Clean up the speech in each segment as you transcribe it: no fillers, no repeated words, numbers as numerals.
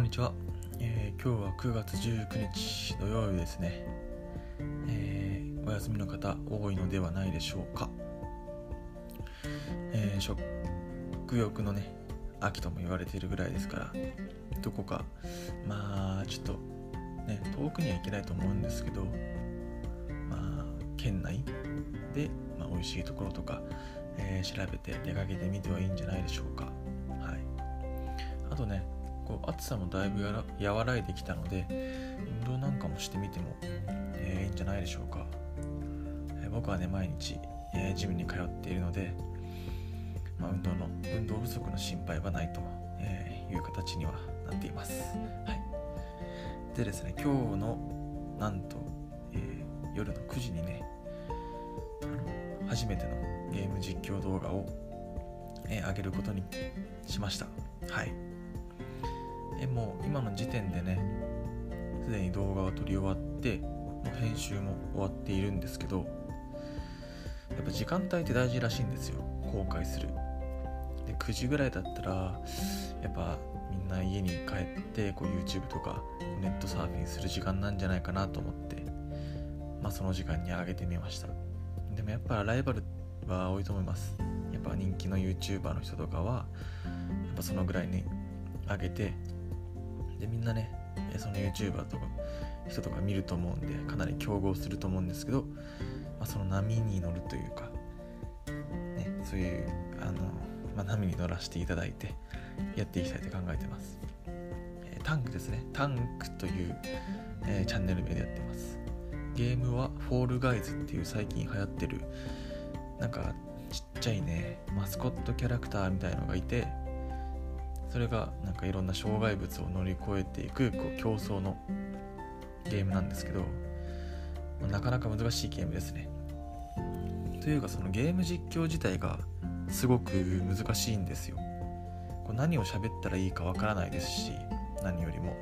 にちは、今日は9月19日土曜日ですね、お休みの方多いのではないでしょうか。食欲のね秋とも言われているぐらいですから、どこかちょっとね遠くには行けないと思うんですけど、県内で、美味しいところとか、調べて出かけてみてはいいんじゃないでしょうか。はい。あとね、暑さもだいぶ和らいできたので、運動なんかもしてみても、いいんじゃないでしょうか。僕はね毎日、ジムに通っているので、運動不足の心配はないと、いう形にはなっています。はい。でですね、今日のなんと、夜の9時にね初めてのゲーム実況動画を、上げることにしました。はい。もう今の時点でねすでに動画は撮り終わってもう編集も終わっているんですけど、やっぱ時間帯って大事らしいんですよ。公開するで9時ぐらいだったらやっぱみんな家に帰ってYouTube とかネットサーフィンする時間なんじゃないかなと思って、その時間に上げてみました。でもやっぱライバルは多いと思います。やっぱ人気の YouTuber の人とかはやっぱそのぐらいに上げて、でみんなねその YouTuber とか人とか見ると思うんでかなり競合すると思うんですけど、その波に乗るというかね、そういう波に乗らせていただいてやっていきたいと考えてます。タンクですね。タンクという、チャンネル名でやってます。ゲームはフォールガイズっていう最近流行ってるなんかちっちゃいねマスコットキャラクターみたいのがいて、それがなんかいろんな障害物を乗り越えていく競争のゲームなんですけど、なかなか難しいゲームですね。というかそのゲーム実況自体がすごく難しいんですよ。何を喋ったらいいかわからないですし、何よりも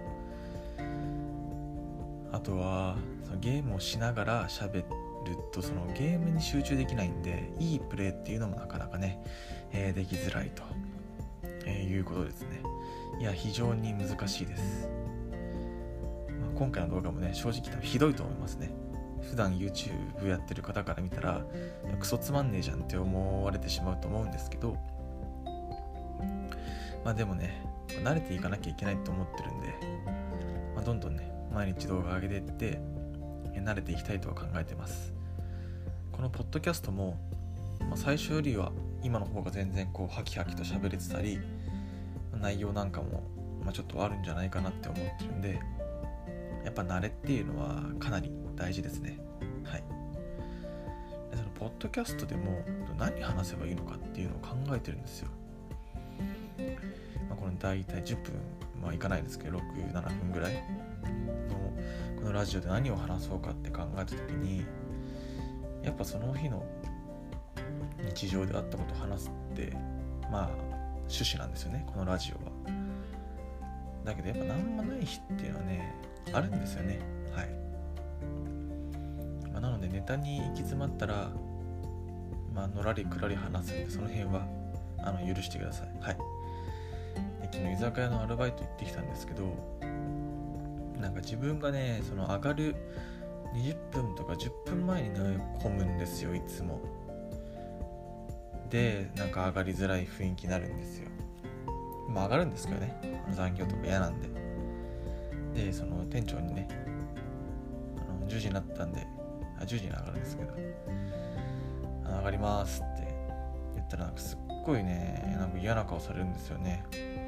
あとはそのゲームをしながら喋るとそのゲームに集中できないんで、いいプレイっていうのもなかなかね、できづらいと、いうことですね。いや非常に難しいです。今回の動画もね正直多分ひどいと思いますね。普段 YouTube やってる方から見たらクソつまんねえじゃんって思われてしまうと思うんですけど、でもね慣れていかなきゃいけないと思ってるんで、どんどんね毎日動画上げていって慣れていきたいとは考えてます。このポッドキャストも、最初よりは今の方が全然ハキハキと喋れてたり、内容なんかも、ちょっとあるんじゃないかなって思ってるんで、やっぱ慣れっていうのはかなり大事ですね。はい。でそのポッドキャストでも何話せばいいのかっていうのを考えてるんですよ。この大体10分いかないですけど 6,7 分ぐらいのこのラジオで何を話そうかって考えた時に、やっぱその日の日常であったことを話すって趣旨なんですよね、このラジオは。だけどやっぱ何もない日っていうのはねあるんですよね。はい。なのでネタに行き詰まったらのらりくらり話すんで、その辺は許してください。はい。昨日居酒屋のアルバイト行ってきたんですけど、なんか自分がねその上がる20分とか10分前に乗り込むんですよ、いつも。でなんか上がりづらい雰囲気になるんですよ。上がるんですけどね、残業とか嫌なんで。でその店長にね10時になったんで10時に上がるんですけど、上がりますって言ったらすっごいね嫌な顔されるんですよね。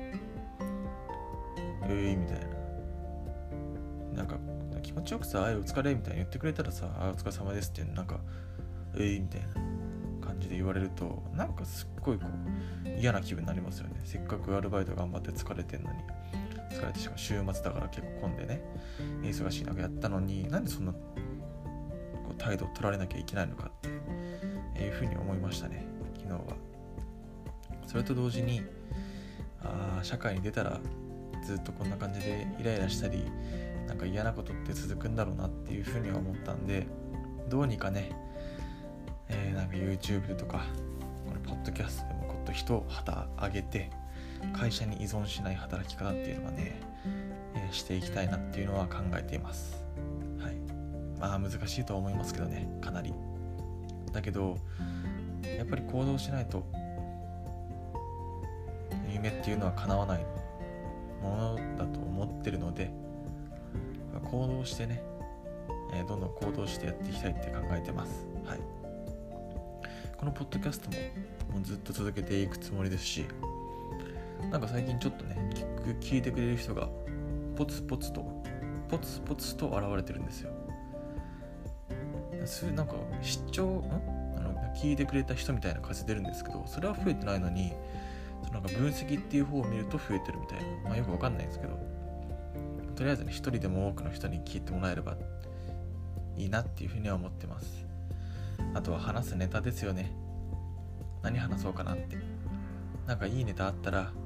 みたいな、気持ちよくさお疲れみたいに言ってくれたらさお疲れ様ですってみたいな感じで言われるとすっごい嫌な気分になりますよね。せっかくアルバイト頑張って疲れてんのに、疲れてしかも週末だから結構混んでね忙しい中やったのに、なんでそんな態度を取られなきゃいけないのかっていうふうに思いましたね、昨日は。それと同時に社会に出たらずっとこんな感じでイライラしたり嫌なことって続くんだろうなっていうふうには思ったんで、どうにかね、YouTube とかこのポッドキャストでも一旗上げて会社に依存しない働き方っていうのはね、していきたいなっていうのは考えています。はい。まあ難しいとは思いますけどね、かなり。だけどやっぱり行動しないと夢っていうのは叶わないものだと思ってるので、行動してね、どんどん行動してやっていきたいって考えてます。はい。このポッドキャストもうずっと続けていくつもりですし、なんか最近ちょっとね聞いてくれる人がポツポツと現れてるんですよ。なんか聞いてくれた人みたいな数出るんですけど、それは増えてないのに、なんか分析っていう方を見ると増えてるみたいな、よくわかんないんですけど、とりあえずね、一人でも多くの人に聞いてもらえればいいなっていうふうには思ってます。あとは話すネタですよね。何話そうかなって、なんかいいネタあったら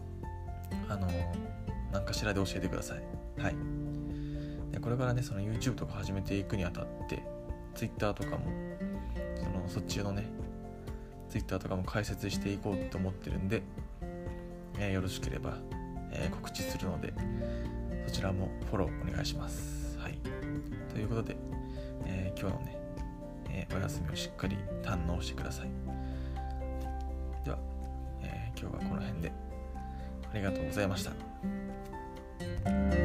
何かしらで教えてください。はい。でこれからね、その YouTube とか始めていくにあたって Twitter とかもそっちのね Twitter とかも解説していこうと思ってるんで、よろしければ、告知するのでそちらもフォローお願いします。はい。ということで、今日のね、お休みをしっかり堪能してください。では、今日はこの辺でありがとうございました。